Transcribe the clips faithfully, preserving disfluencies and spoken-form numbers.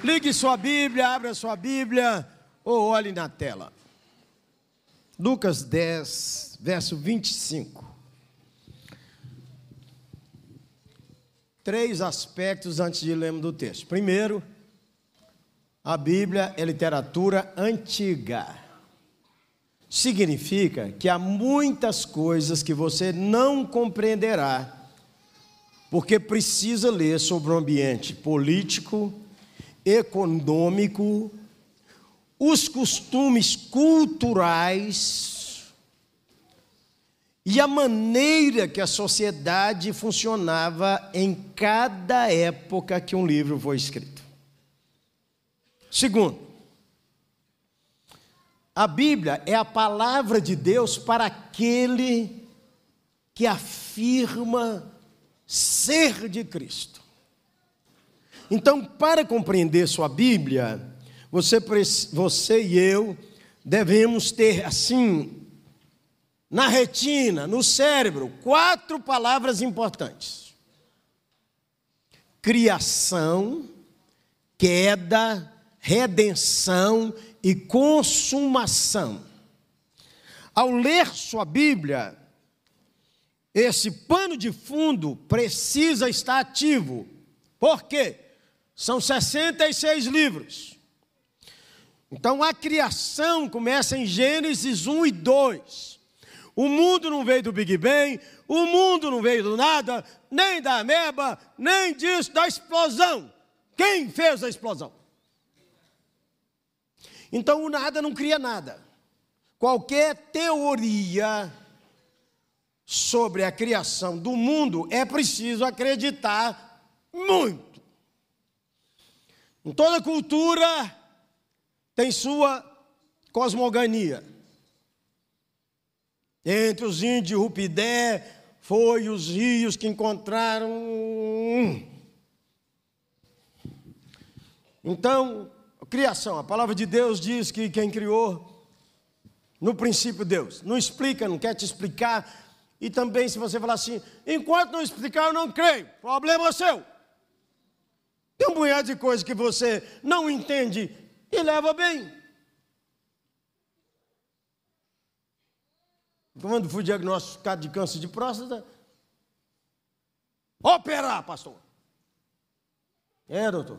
Ligue sua Bíblia, abra sua Bíblia ou olhe na tela. Lucas dez, verso vinte e cinco. Três aspectos antes de lermos do texto. Primeiro, a Bíblia é literatura antiga. Significa que há muitas coisas que você não compreenderá, porque precisa ler sobre o ambiente político, econômico, os costumes culturais e a maneira que a sociedade funcionava em cada época que um livro foi escrito. Segundo, a Bíblia é a palavra de Deus para aquele que afirma ser de Cristo. Então, para compreender sua Bíblia, você, você e eu devemos ter, assim, na retina, no cérebro, quatro palavras importantes: criação, queda, redenção e consumação. Ao ler sua Bíblia, esse pano de fundo precisa estar ativo. Por quê? São sessenta e seis livros. Então a criação começa em Gênesis um e dois. O mundo não veio do Big Bang, o mundo não veio do nada, nem da ameba, nem disso, da explosão. Quem fez a explosão? Então o nada não cria nada. Qualquer teoria sobre a criação do mundo é preciso acreditar muito. Em toda cultura tem sua cosmogonia. Entre os índios, Rupidé foi os rios que encontraram. Então, criação, a palavra de Deus diz que quem criou, no princípio Deus. Não explica, não quer te explicar. E também se você falar assim, enquanto não explicar eu não creio, problema seu. Tem um punhado de coisas que você não entende e leva bem. Quando fui diagnosticado de câncer de próstata, operar, pastor. É, doutor.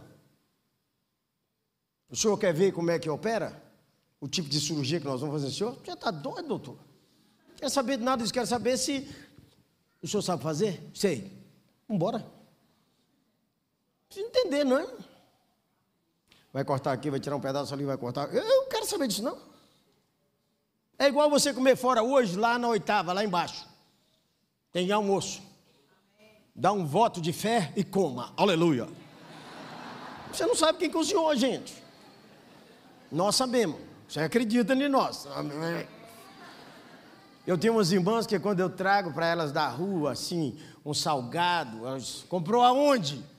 O senhor quer ver como é que opera? O tipo de cirurgia que nós vamos fazer, senhor? Você está doido, doutor? Quer saber de nada disso? Quer saber se o senhor sabe fazer? Sei. Vamos embora. Precisa entender, não é? Vai cortar aqui, vai tirar um pedaço ali, vai cortar. Eu não quero saber disso, não. É igual você comer fora hoje, lá na oitava, lá embaixo. Tem almoço. Dá um voto de fé e coma. Aleluia. Você não sabe quem cozinhou, gente. Nós sabemos. Você acredita em nós. Eu tenho umas irmãs que quando eu trago para elas da rua, assim, um salgado, elas, comprou aonde?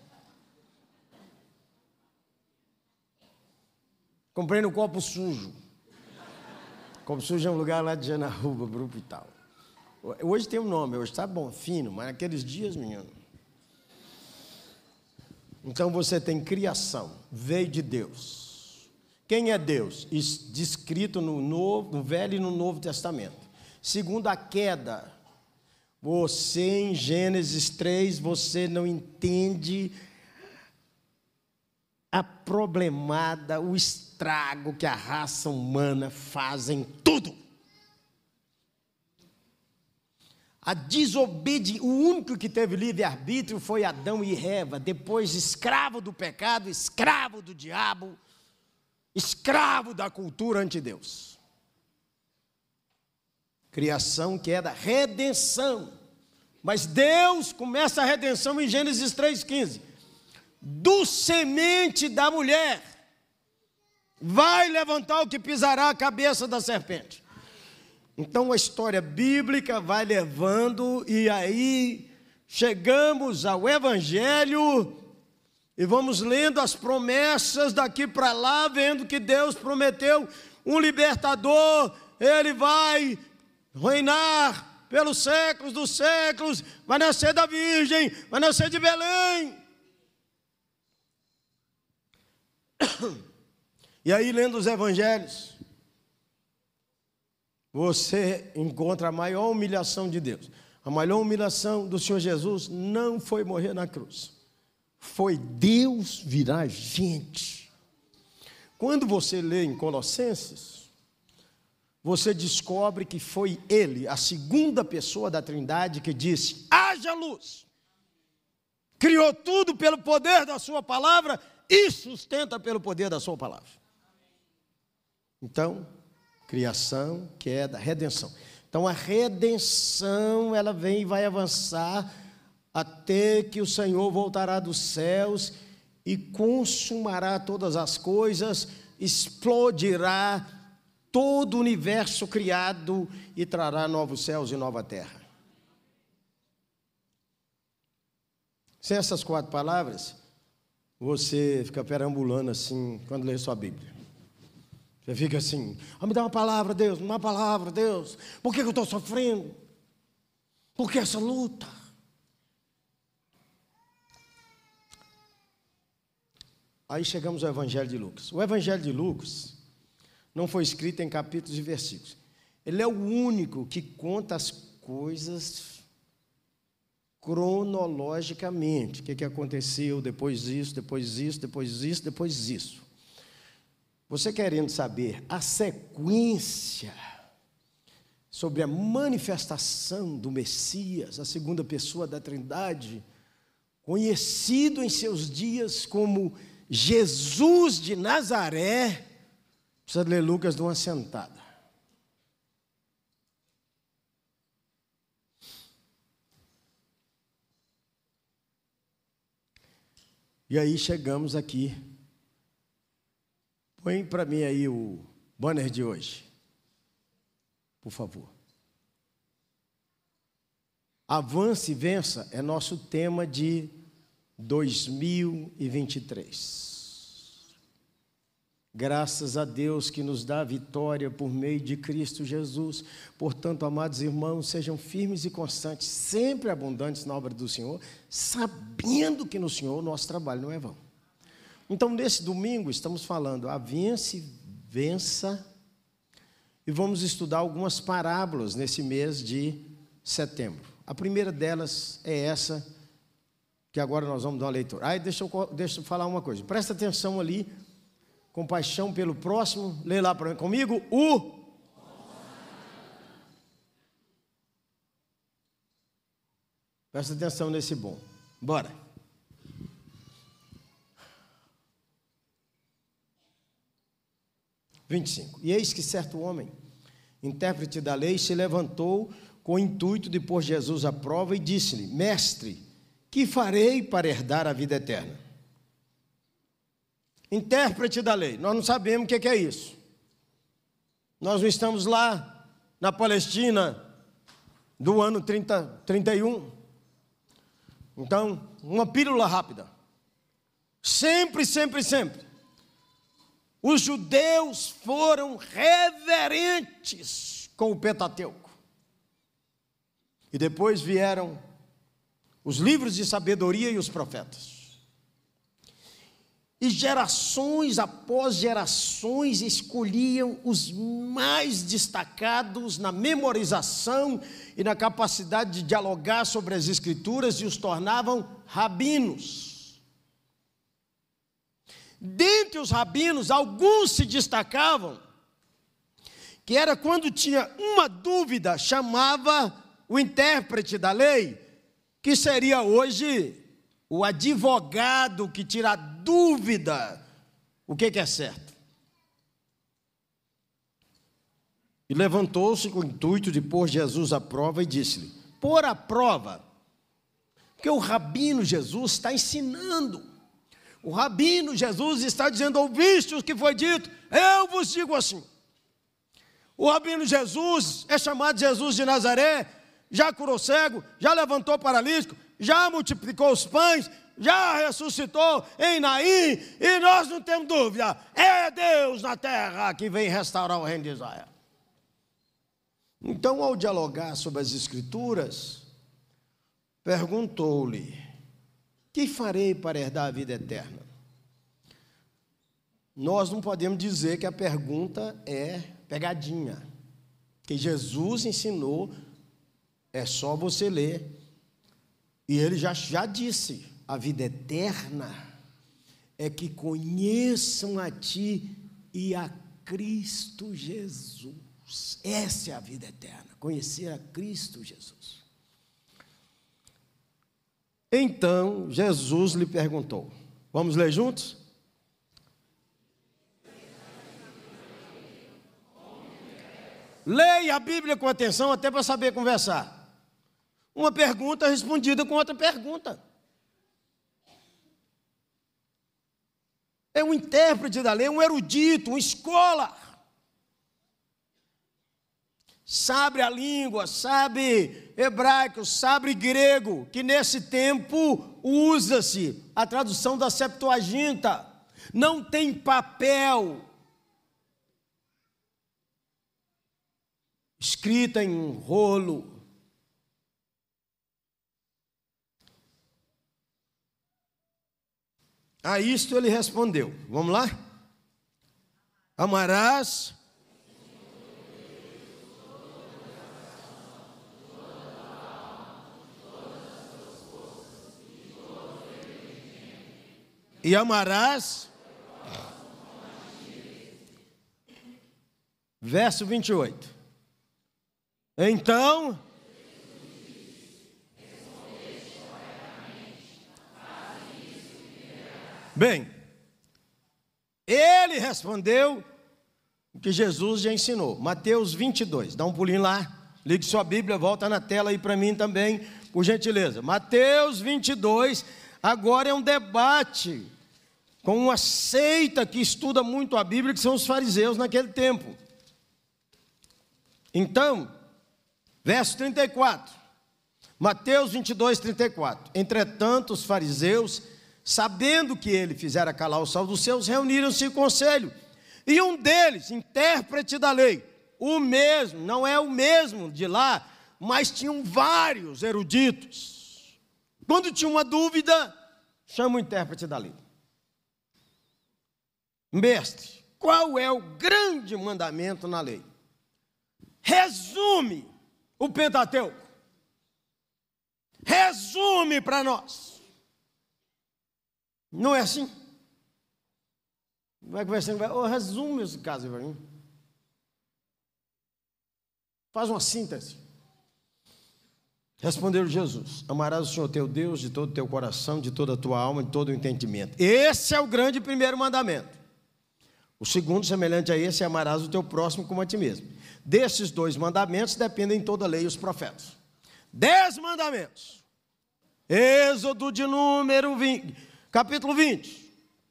Comprei no Copo Sujo. Copo Sujo é um lugar lá de Janaúba, grupo e tal. Hoje tem um nome, hoje está bom, fino, mas naqueles dias, menino. Então você tem criação, veio de Deus. Quem é Deus? Descrito no, Novo, no Velho e no Novo Testamento. Segundo a queda, você em Gênesis três, você não entende a problemada, o estrago que a raça humana faz em tudo. A desobediência, o único que teve livre-arbítrio foi Adão e Eva, depois escravo do pecado, escravo do diabo, escravo da cultura anti-Deus. Criação, queda, redenção. Mas Deus começa a redenção em Gênesis três, quinze. Do semente da mulher vai levantar o que pisará a cabeça da serpente. Então a história bíblica vai levando e aí chegamos ao Evangelho e vamos lendo as promessas daqui para lá, vendo que Deus prometeu um libertador, ele vai reinar pelos séculos dos séculos, vai nascer da Virgem, vai nascer de Belém. E aí, lendo os evangelhos, você encontra a maior humilhação de Deus. A maior humilhação do Senhor Jesus não foi morrer na cruz, foi Deus virar gente. Quando você lê em Colossenses, você descobre que foi Ele, a segunda pessoa da Trindade, que disse: haja luz. Criou tudo pelo poder da sua palavra e sustenta pelo poder da sua palavra. Então, criação, queda, redenção. Então a redenção, ela vem e vai avançar até que o Senhor voltará dos céus e consumará todas as coisas, explodirá todo o universo criado e trará novos céus e nova terra. Sem essas quatro palavras, você fica perambulando assim, quando lê sua Bíblia. Você fica assim: oh, me dá uma palavra, Deus, uma palavra, Deus. Por que eu estou sofrendo? Por que essa luta? Aí chegamos ao Evangelho de Lucas. O Evangelho de Lucas não foi escrito em capítulos e versículos. Ele é o único que conta as coisas cronologicamente. O que, que aconteceu depois disso, depois disso, depois disso, depois disso. Você querendo saber a sequência sobre a manifestação do Messias, a segunda pessoa da Trindade, conhecido em seus dias como Jesus de Nazaré, precisa ler Lucas de uma sentada. E aí chegamos aqui. Põe para mim aí o banner de hoje, por favor. Avance e vença é nosso tema de dois mil e vinte e três. Graças a Deus que nos dá a vitória por meio de Cristo Jesus. Portanto, amados irmãos, sejam firmes e constantes, sempre abundantes na obra do Senhor, sabendo que no Senhor o nosso trabalho não é vão. Então, nesse domingo, estamos falando, avance, vença, e vamos estudar algumas parábolas nesse mês de setembro. A primeira delas é essa, que agora nós vamos dar uma leitura. Aí, deixa eu, deixa eu falar uma coisa, presta atenção ali, compaixão pelo próximo, lê lá pra, comigo, o... Presta atenção nesse bom, bora. vinte e cinco. E eis que certo homem, intérprete da lei, se levantou com o intuito de pôr Jesus à prova e disse-lhe: mestre, que farei para herdar a vida eterna? Intérprete da lei, nós não sabemos o que é isso. Nós não estamos lá na Palestina do ano trinta, trinta e um. Então, uma pílula rápida. Sempre, sempre, sempre. Os judeus foram reverentes com o Pentateuco. E depois vieram os livros de sabedoria e os profetas. E gerações após gerações escolhiam os mais destacados na memorização e na capacidade de dialogar sobre as Escrituras e os tornavam rabinos. Dentre os rabinos, alguns se destacavam, que era quando tinha uma dúvida, chamava o intérprete da lei, que seria hoje o advogado que tira dúvida, o que, que é certo. E levantou-se com o intuito de pôr Jesus à prova e disse-lhe: pôr à prova, porque o rabino Jesus está ensinando. O rabino Jesus está dizendo: ouviste o que foi dito? Eu vos digo assim. O rabino Jesus é chamado Jesus de Nazaré, já curou cego, já levantou paralítico, já multiplicou os pães, já ressuscitou em Naim, e nós não temos dúvida, é Deus na terra que vem restaurar o reino de Israel. Então, ao dialogar sobre as Escrituras, perguntou-lhe: que farei para herdar a vida eterna? nós não podemos dizer que a pergunta é pegadinha. Que Jesus ensinou, é só você ler. E ele já, já disse, a vida eterna é que conheçam a ti e a Cristo Jesus. Essa é a vida eterna, conhecer a Cristo Jesus. Então, Jesus lhe perguntou. Vamos ler juntos? Leia a Bíblia com atenção até para saber conversar. Uma pergunta respondida com outra pergunta. É um intérprete da lei, um erudito, uma escola. Sabe a língua, sabe hebraico, sabe grego, que nesse tempo usa-se a tradução da Septuaginta. Não tem papel escrita em um rolo. A isto ele respondeu. Vamos lá? Amarás e amarás. Verso vinte e oito. Então, bem, ele respondeu o que Jesus já ensinou. Mateus vinte e dois, dá um pulinho lá, ligue sua Bíblia, volta na tela aí para mim também, por gentileza. Mateus vinte e dois, agora é um debate com uma seita que estuda muito a Bíblia, que são os fariseus naquele tempo. Então, verso trinta e quatro, Mateus vinte e dois, trinta e quatro. Entretanto, os fariseus, sabendo que ele fizera calar o sal dos seus, reuniram-se em conselho. E um deles, intérprete da lei, o mesmo, não é o mesmo de lá, mas tinham vários eruditos. Quando tinha uma dúvida, chama o intérprete da lei. Mestre, qual é o grande mandamento na lei? Resume o Pentateuco. Resume para nós. Não é assim? Vai conversando, vai, oh, resume esse caso para mim. Faz uma síntese. Respondeu Jesus: amarás o Senhor teu Deus de todo o teu coração, de toda a tua alma, de todo o entendimento. Esse é o grande primeiro mandamento. O segundo, semelhante a esse, é amarás o teu próximo como a ti mesmo. Desses dois mandamentos dependem toda a lei e os profetas. Dez mandamentos. Êxodo de número vinte, capítulo vinte.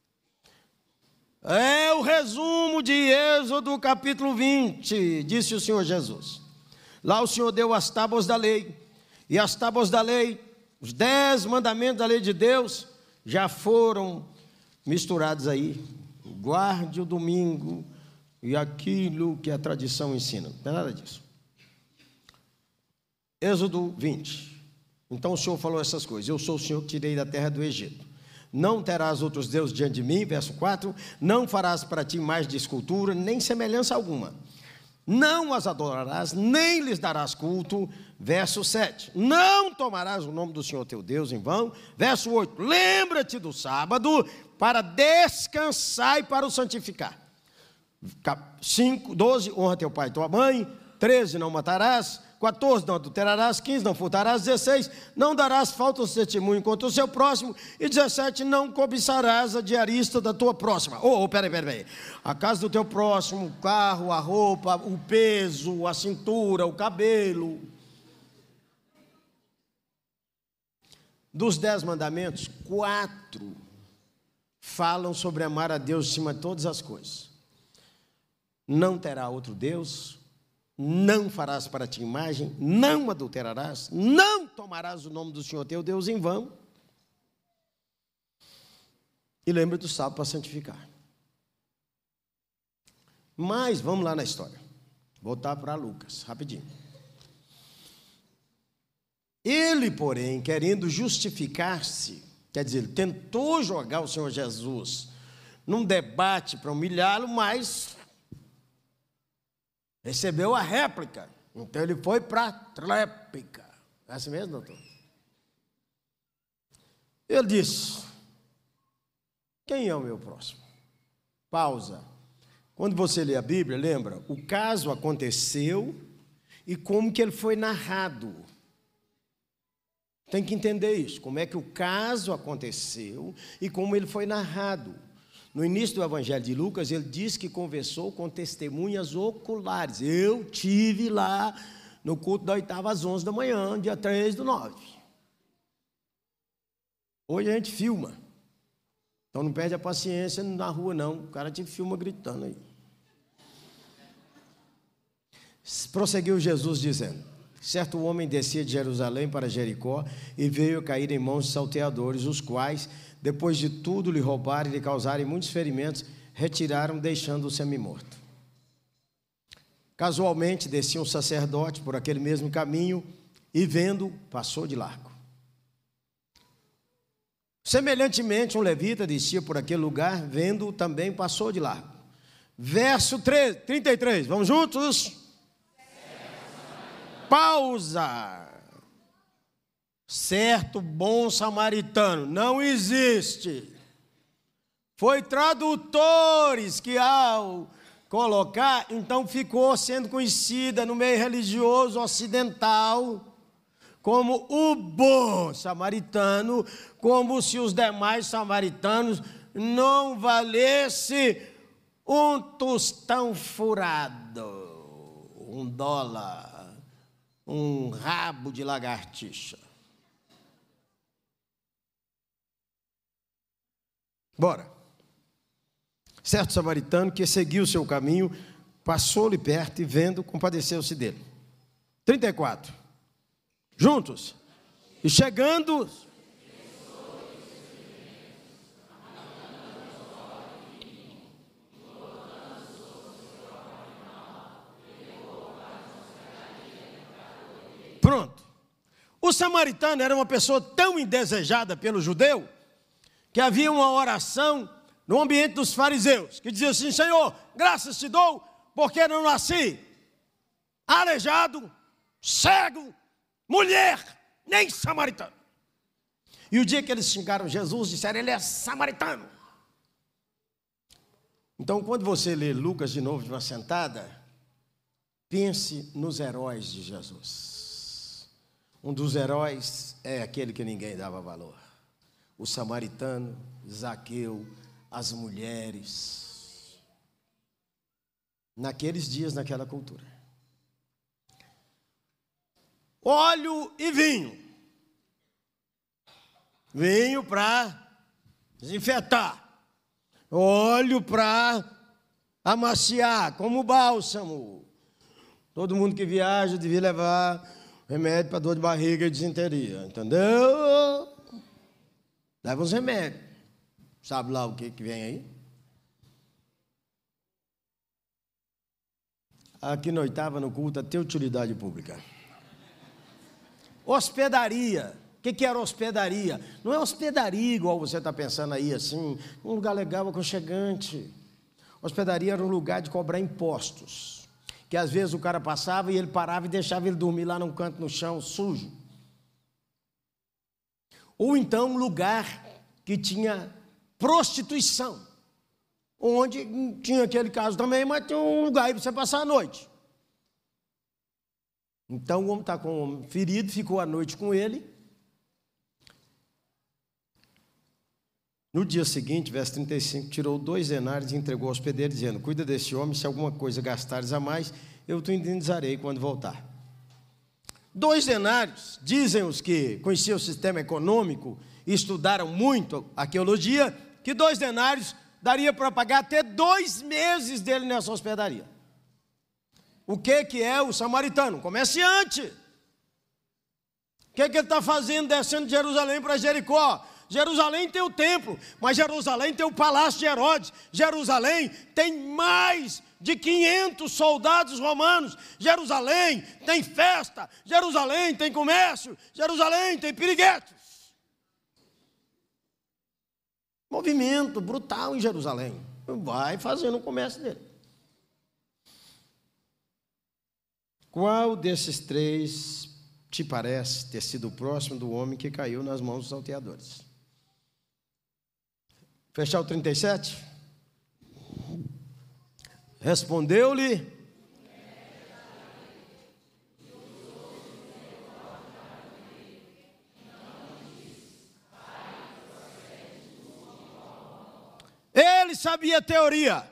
É o resumo de Êxodo capítulo vinte, disse o Senhor Jesus. Lá o Senhor deu as tábuas da lei. E as tábuas da lei, os dez mandamentos da lei de Deus, já foram misturados aí. Guarde o domingo e aquilo que a tradição ensina. Não é nada disso. Êxodo vinte. Então o Senhor falou essas coisas. Eu sou o Senhor que tirei da terra do Egito. Não terás outros deuses diante de mim. Verso quatro. Não farás para ti mais de escultura, nem semelhança alguma. Não as adorarás, nem lhes darás culto. Verso sete. Não tomarás o nome do Senhor teu Deus em vão. Verso oito. Lembra-te do sábado para descansar e para o santificar. cinco, doze, honra teu pai e tua mãe. treze, não matarás. quatorze, não adulterarás. quinze, não furtarás. dezesseis, não darás falso testemunho contra o seu próximo. E dezessete, não cobiçarás a diarista da tua próxima. Oh, oh, peraí, peraí, peraí. A casa do teu próximo, o carro, a roupa, o peso, a cintura, o cabelo. Dos dez mandamentos, quatro falam sobre amar a Deus acima de todas as coisas. Não terá outro Deus, não farás para ti imagem, não adulterarás, não tomarás o nome do Senhor teu Deus em vão. E lembra do sábado para santificar. Mas vamos lá na história. Voltar para Lucas, rapidinho. Ele, porém, querendo justificar-se, quer dizer, tentou jogar o Senhor Jesus num debate para humilhá-lo, mas recebeu a réplica. Então ele foi para a tréplica. É assim mesmo, doutor? Ele disse: quem é o meu próximo? Pausa. Quando você lê a Bíblia, lembra? O caso aconteceu e como que ele foi narrado. Tem que entender isso, como é que o caso aconteceu e como ele foi narrado. No início do Evangelho de Lucas, ele diz que conversou com testemunhas oculares. Eu tive lá no culto da oitava às onze da manhã, dia três do nove. Hoje a gente filma. Então não perde a paciência na rua não, o cara te filma gritando aí. Prosseguiu Jesus dizendo: certo homem descia de Jerusalém para Jericó e veio a cair em mãos de salteadores, os quais, depois de tudo lhe roubarem e lhe causarem muitos ferimentos, retiraram, deixando-o semi-morto. Casualmente descia um sacerdote por aquele mesmo caminho e, vendo, passou de largo. Semelhantemente, um levita descia por aquele lugar, vendo, também passou de largo. Verso treze, trinta e três, vamos juntos? Pausa. Certo bom samaritano não existe. Foi tradutores que, ao colocar, então ficou sendo conhecida no meio religioso ocidental como o bom samaritano, como se os demais samaritanos não valessem um tostão furado, um dólar, um rabo de lagartixa. Bora. Certo samaritano que seguiu o seu caminho, passou-lhe perto e, vendo, compadeceu-se dele. trinta e quatro. Juntos. E chegando... Pronto. O samaritano era uma pessoa tão indesejada pelo judeu que havia uma oração no ambiente dos fariseus que dizia assim: Senhor, graças te dou porque não nasci aleijado, cego, mulher, nem samaritano. E o dia que eles xingaram Jesus, disseram: ele é samaritano. Então, quando você lê Lucas de novo de uma sentada, pense nos heróis de Jesus. Um dos heróis é aquele que ninguém dava valor: o samaritano, Zaqueu, as mulheres. Naqueles dias, naquela cultura. Óleo e vinho. Vinho para desinfetar. Óleo para amaciar, como bálsamo. Todo mundo que viaja devia levar remédio para dor de barriga e disenteria, entendeu? Leva uns remédios. Sabe lá o que, que vem aí? Aqui na oitava, no culto, até utilidade pública. Hospedaria. O que, que era hospedaria? Não é hospedaria igual você está pensando aí, assim, um lugar legal, aconchegante. Hospedaria era um lugar de cobrar impostos. Que às vezes o cara passava e ele parava e deixava ele dormir lá num canto no chão, sujo. Ou então um lugar que tinha prostituição, onde tinha aquele caso também, mas tinha um lugar aí para você passar a noite. Então o homem está com o homem ferido, ficou a noite com ele. No dia seguinte, verso trinta e cinco, tirou dois denários e entregou ao hospedeiro, dizendo: cuida desse homem, se alguma coisa gastares a mais, eu te indenizarei quando voltar. Dois denários, dizem os que conheciam o sistema econômico e estudaram muito arqueologia, que dois denários daria para pagar até dois meses dele nessa hospedaria. O que, que é o samaritano? Comerciante. O que, que ele está fazendo descendo de Jerusalém para Jericó? Jerusalém tem o templo, mas Jerusalém tem o palácio de Herodes. Jerusalém tem mais de quinhentos soldados romanos. Jerusalém tem festa. Jerusalém tem comércio. Jerusalém tem piriguetos. movimento brutal em Jerusalém. Vai fazendo o comércio dele. Qual desses três te parece ter sido o próximo do homem que caiu nas mãos dos salteadores? Fechar o trinta e sete? Respondeu-lhe: ele sabia a teoria.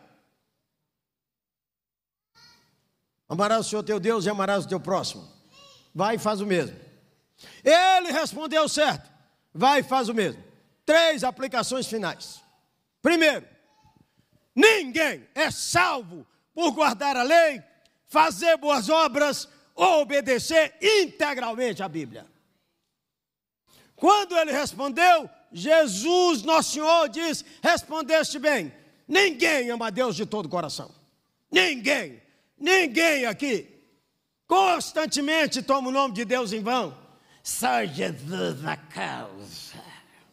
Amarás o Senhor teu Deus e amarás o teu próximo. Vai e faz o mesmo. Ele respondeu certo. Vai e faz o mesmo. Três aplicações finais. Primeiro, ninguém é salvo por guardar a lei, fazer boas obras ou obedecer integralmente à Bíblia. Quando ele respondeu, Jesus, nosso Senhor, diz: respondeste bem. Ninguém ama a Deus de todo o coração. Ninguém. Ninguém aqui constantemente toma o nome de Deus em vão. Só Jesus a causa.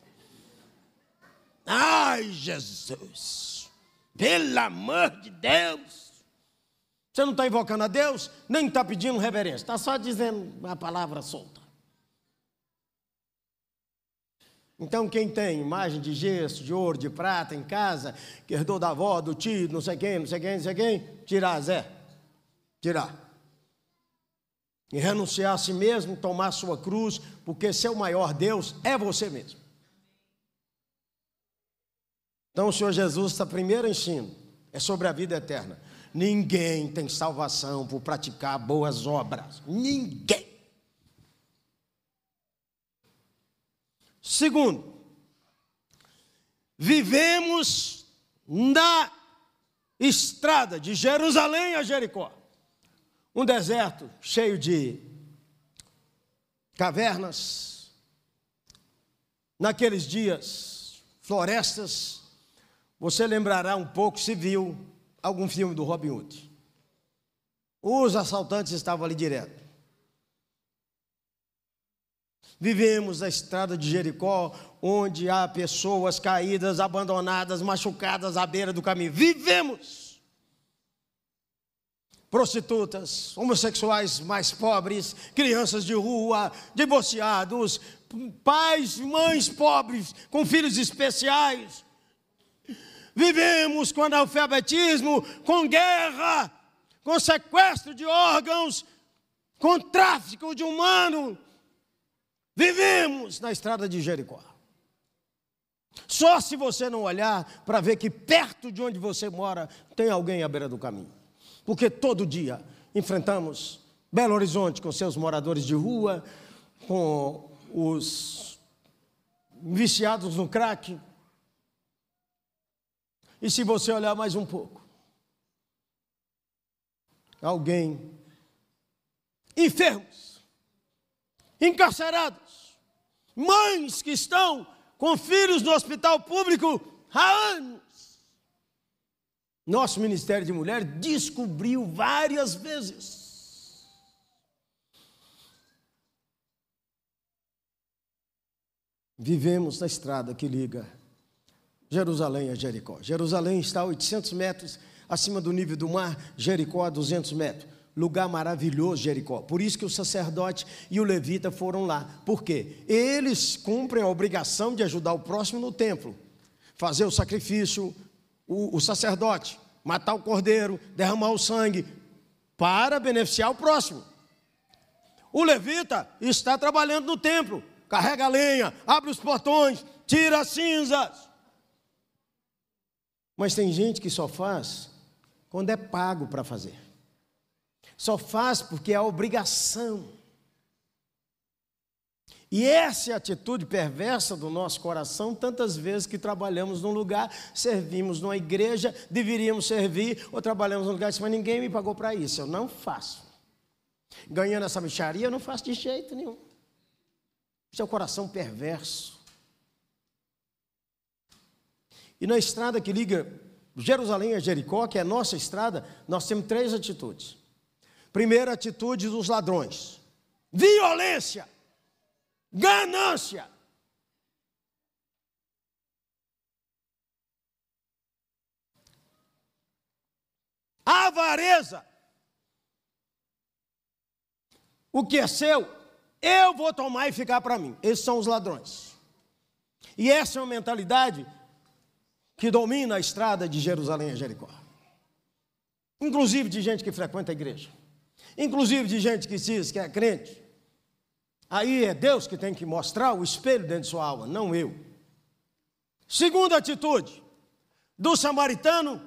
Ai, Jesus, pelo amor de Deus. Você não está invocando a Deus, nem está pedindo reverência, está só dizendo a palavra solta. Então quem tem imagem de gesso, de ouro, de prata em casa, que herdou da avó, do tio, não sei quem, não sei quem, não sei quem, tirar, Zé. Tirar. E renunciar a si mesmo, tomar a sua cruz, porque seu maior Deus é você mesmo. Então o Senhor Jesus, está primeiro ensino, é sobre a vida eterna. Ninguém tem salvação por praticar boas obras. Ninguém. Segundo, vivemos na estrada de Jerusalém a Jericó. Um deserto cheio de cavernas. Naqueles dias, florestas. Você lembrará um pouco se viu algum filme do Robin Hood. Os assaltantes estavam ali direto. Vivemos na estrada de Jericó, onde há pessoas caídas, abandonadas, machucadas à beira do caminho. Vivemos. Prostitutas, homossexuais mais pobres, crianças de rua, divorciados, pais e mães pobres com filhos especiais. Vivemos com analfabetismo, com guerra, com sequestro de órgãos, com tráfico de humano. Vivemos na estrada de Jericó. Só se você não olhar para ver que perto de onde você mora tem alguém à beira do caminho. Porque todo dia enfrentamos Belo Horizonte com seus moradores de rua, com os viciados no crack. E se você olhar mais um pouco, alguém enfermos, encarcerados, mães que estão com filhos no hospital público há anos. Nosso Ministério de Mulher descobriu várias vezes. Vivemos na estrada que liga Jerusalém a Jericó. Jerusalém está a oitocentos metros acima do nível do mar, Jericó a duzentos metros. Lugar maravilhoso, Jericó. Por isso que o sacerdote e o levita foram lá. Por quê? Eles cumprem a obrigação de ajudar o próximo no templo. Fazer o sacrifício, o, o sacerdote, matar o cordeiro, derramar o sangue, para beneficiar o próximo. O levita está trabalhando no templo. Carrega a lenha, abre os portões, tira as cinzas. Mas tem gente que só faz quando é pago para fazer. Só faz porque é a obrigação. E essa é a atitude perversa do nosso coração, tantas vezes que trabalhamos num lugar, servimos numa igreja, deveríamos servir, ou trabalhamos num lugar, mas ninguém me pagou para isso, eu não faço. Ganhando essa mixaria, eu não faço de jeito nenhum. Isso é o coração perverso. E na estrada que liga Jerusalém a Jericó, que é a nossa estrada, nós temos três atitudes. Primeira atitude dos ladrões: violência, ganância. avareza. O que é seu, eu vou tomar e ficar para mim. Esses são os ladrões. E essa é uma mentalidade que domina a estrada de Jerusalém a Jericó. Inclusive de gente que frequenta a igreja. Inclusive de gente que diz que é crente. Aí é Deus que tem que mostrar o espelho dentro de sua alma, não eu. Segunda atitude, do samaritano,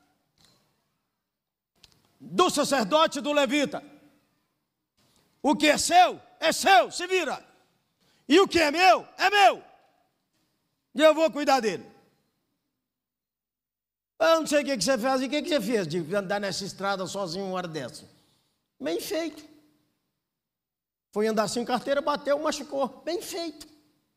do sacerdote e do levita. O que é seu, é seu, se vira. E o que é meu, é meu. E eu vou cuidar dele. Eu não sei o que você fez. E o que você fez de andar nessa estrada sozinho uma hora dessa? Bem feito. Foi andar sem carteira, bateu, machucou. Bem feito.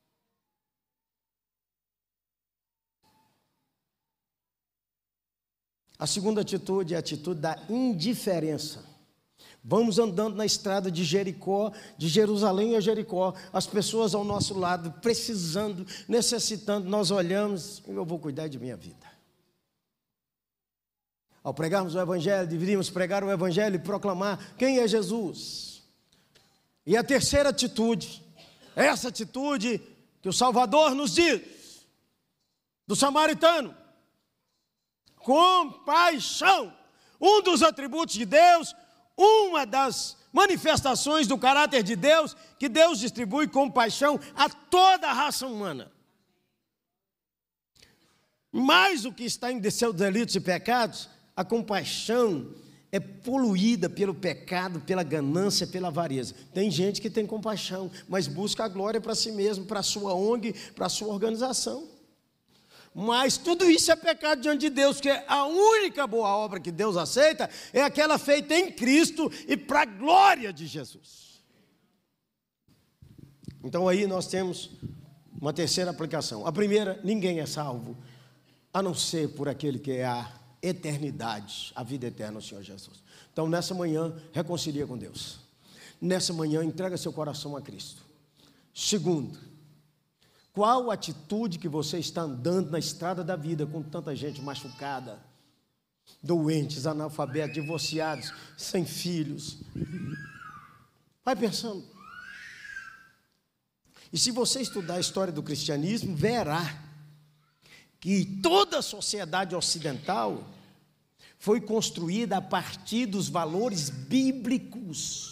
A segunda atitude é a atitude da indiferença. Vamos andando na estrada de Jericó, de Jerusalém a Jericó, as pessoas ao nosso lado, precisando, necessitando, nós olhamos, eu vou cuidar de minha vida. Ao pregarmos o Evangelho, deveríamos pregar o Evangelho e proclamar quem é Jesus. E a terceira atitude, essa atitude que o Salvador nos diz, do samaritano, compaixão, um dos atributos de Deus, uma das manifestações do caráter de Deus, que Deus distribui compaixão a toda a raça humana. Mais do que está em seus delitos e pecados, a compaixão é poluída pelo pecado, pela ganância, pela avareza. Tem gente que tem compaixão, mas busca a glória para si mesmo, para a sua O N G, para a sua organização. Mas tudo isso é pecado diante de Deus, porque a única boa obra que Deus aceita é aquela feita em Cristo e para a glória de Jesus. Então aí nós temos uma terceira aplicação. A primeira, ninguém é salvo, a não ser por aquele que é a eternidade, a vida eterna, o Senhor Jesus. Então nessa manhã, reconcilia com Deus. Nessa manhã, entrega seu coração a Cristo. Segundo, qual atitude que você está andando na estrada da vida com tanta gente machucada, doentes, analfabetos, divorciados, sem filhos? Vai pensando. E se você estudar a história do cristianismo, verá que toda a sociedade ocidental foi construída a partir dos valores bíblicos.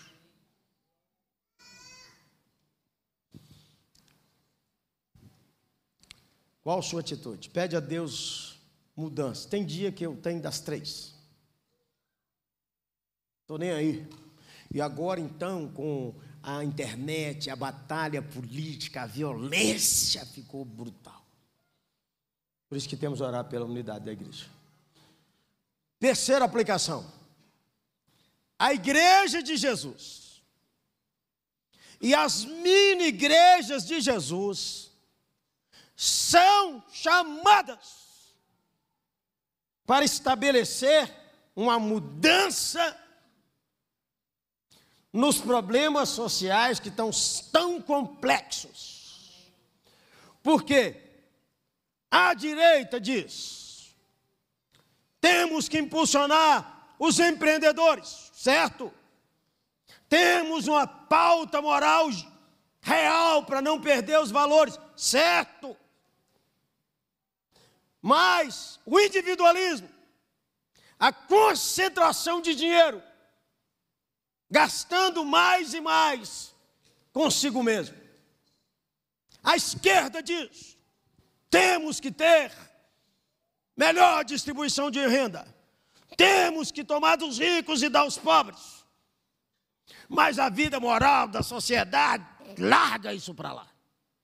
Qual a sua atitude? Pede a Deus mudança. Tem dia que eu tenho das três. Estou nem aí. E agora então, com a internet, a batalha política, a violência ficou brutal. Por isso que temos que orar pela unidade da igreja. Terceira aplicação. A igreja de Jesus e as mini-igrejas de Jesus são chamadas para estabelecer uma mudança nos problemas sociais que estão tão complexos. Por quê? A direita diz: temos que impulsionar os empreendedores, certo? Temos uma pauta moral real para não perder os valores, certo? Mas o individualismo, a concentração de dinheiro, gastando mais e mais consigo mesmo. A esquerda diz: temos que ter melhor distribuição de renda, temos que tomar dos ricos e dar aos pobres. Mas a vida moral da sociedade, larga isso para lá.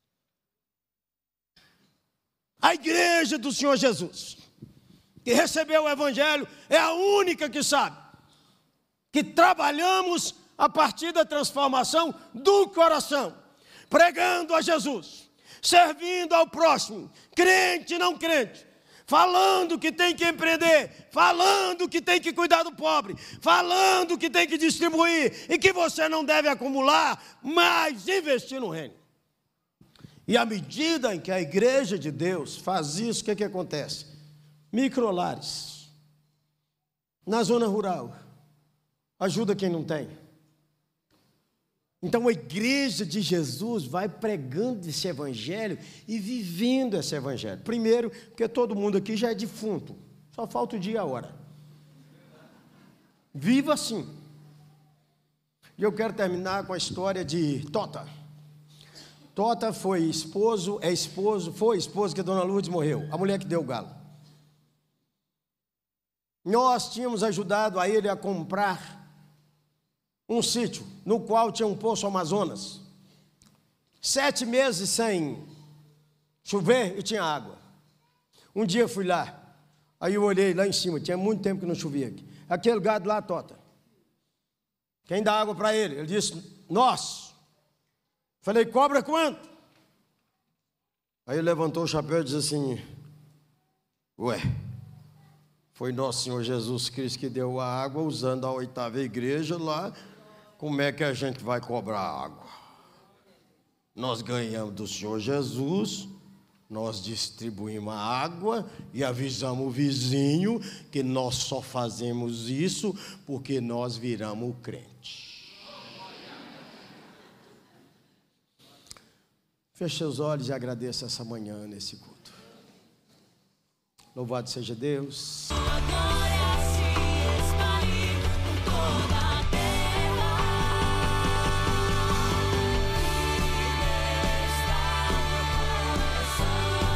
A igreja do Senhor Jesus, que recebeu o Evangelho, é a única que sabe que trabalhamos a partir da transformação do coração, pregando a Jesus, servindo ao próximo, crente e não crente, falando que tem que empreender, falando que tem que cuidar do pobre, falando que tem que distribuir e que você não deve acumular, mas investir no reino. E à medida em que a igreja de Deus faz isso, o que, que acontece? Microlares. na zona rural, ajuda quem não tem. Então a igreja de Jesus vai pregando esse evangelho e vivendo esse evangelho. Primeiro, porque todo mundo aqui já é defunto, só falta o dia e a hora. Viva assim. E eu quero terminar com a história de Tota. Tota foi esposo, é esposo, foi esposo que a dona Lourdes morreu, a mulher que deu o galo. Nós tínhamos ajudado a ele a comprar um sítio no qual tinha um poço Amazonas. Sete meses sem chover e tinha água. Um dia eu fui lá, aí eu olhei lá em cima, tinha muito tempo que não chovia aqui. Aquele gado lá, Tota, quem dá água para ele? Ele disse, nós. Falei, cobra quanto? Aí ele levantou o chapéu e disse assim, ué, foi nosso Senhor Jesus Cristo que deu a água, usando a oitava igreja lá, como é que a gente vai cobrar água? Nós ganhamos do Senhor Jesus, nós distribuímos a água e avisamos o vizinho que nós só fazemos isso porque nós viramos crente. Feche seus olhos e agradeça essa manhã nesse culto. Louvado seja Deus.